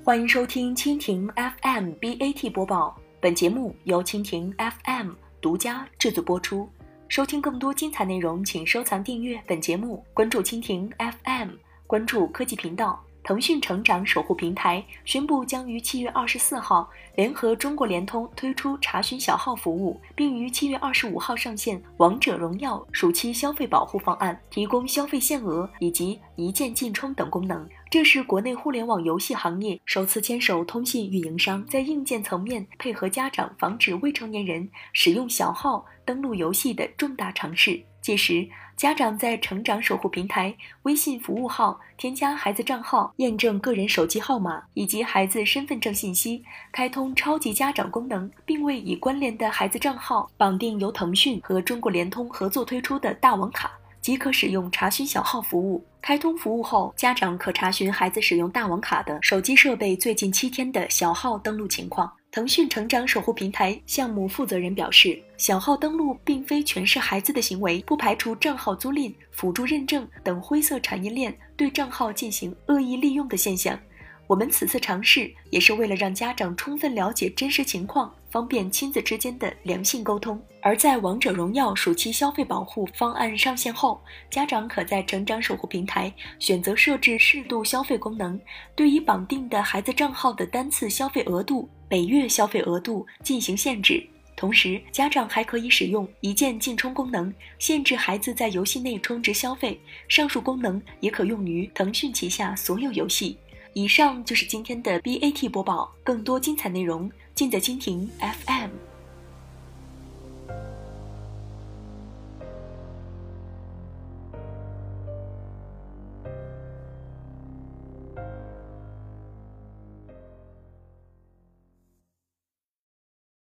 欢迎收听蜻蜓 FM BAT 播报，本节目由蜻蜓 FM 独家制作播出。收听更多精彩内容，请收藏订阅本节目，关注蜻蜓 FM， 关注科技频道。腾讯成长守护平台宣布将于7月24号联合中国联通推出查询小号服务，并于7月25号上线王者荣耀暑期消费保护方案，提供消费限额以及一键进充等功能。这是国内互联网游戏行业首次牵手通信运营商，在硬件层面配合家长，防止未成年人使用小号登录游戏的重大尝试。届时，家长在成长守护平台微信服务号添加孩子账号，验证个人手机号码以及孩子身份证信息，开通超级家长功能，并为已关联的孩子账号绑定由腾讯和中国联通合作推出的大王卡，即可使用查询小号服务。开通服务后，家长可查询孩子使用大王卡的手机设备最近7天的小号登录情况。腾讯成长守护平台项目负责人表示，小号登录并非全是孩子的行为，不排除账号租赁、辅助认证等灰色产业链对账号进行恶意利用的现象。我们此次尝试也是为了让家长充分了解真实情况，方便亲子之间的良性沟通。而在王者荣耀暑期消费保护方案上线后，家长可在成长守护平台选择设置适度消费功能，对已绑定的孩子账号的单次消费额度、每月消费额度进行限制。同时，家长还可以使用一键进充功能，限制孩子在游戏内充值消费。上述功能也可用于腾讯旗下所有游戏。以上就是今天的 BAT 播报，更多精彩内容尽在蜻蜓 FM。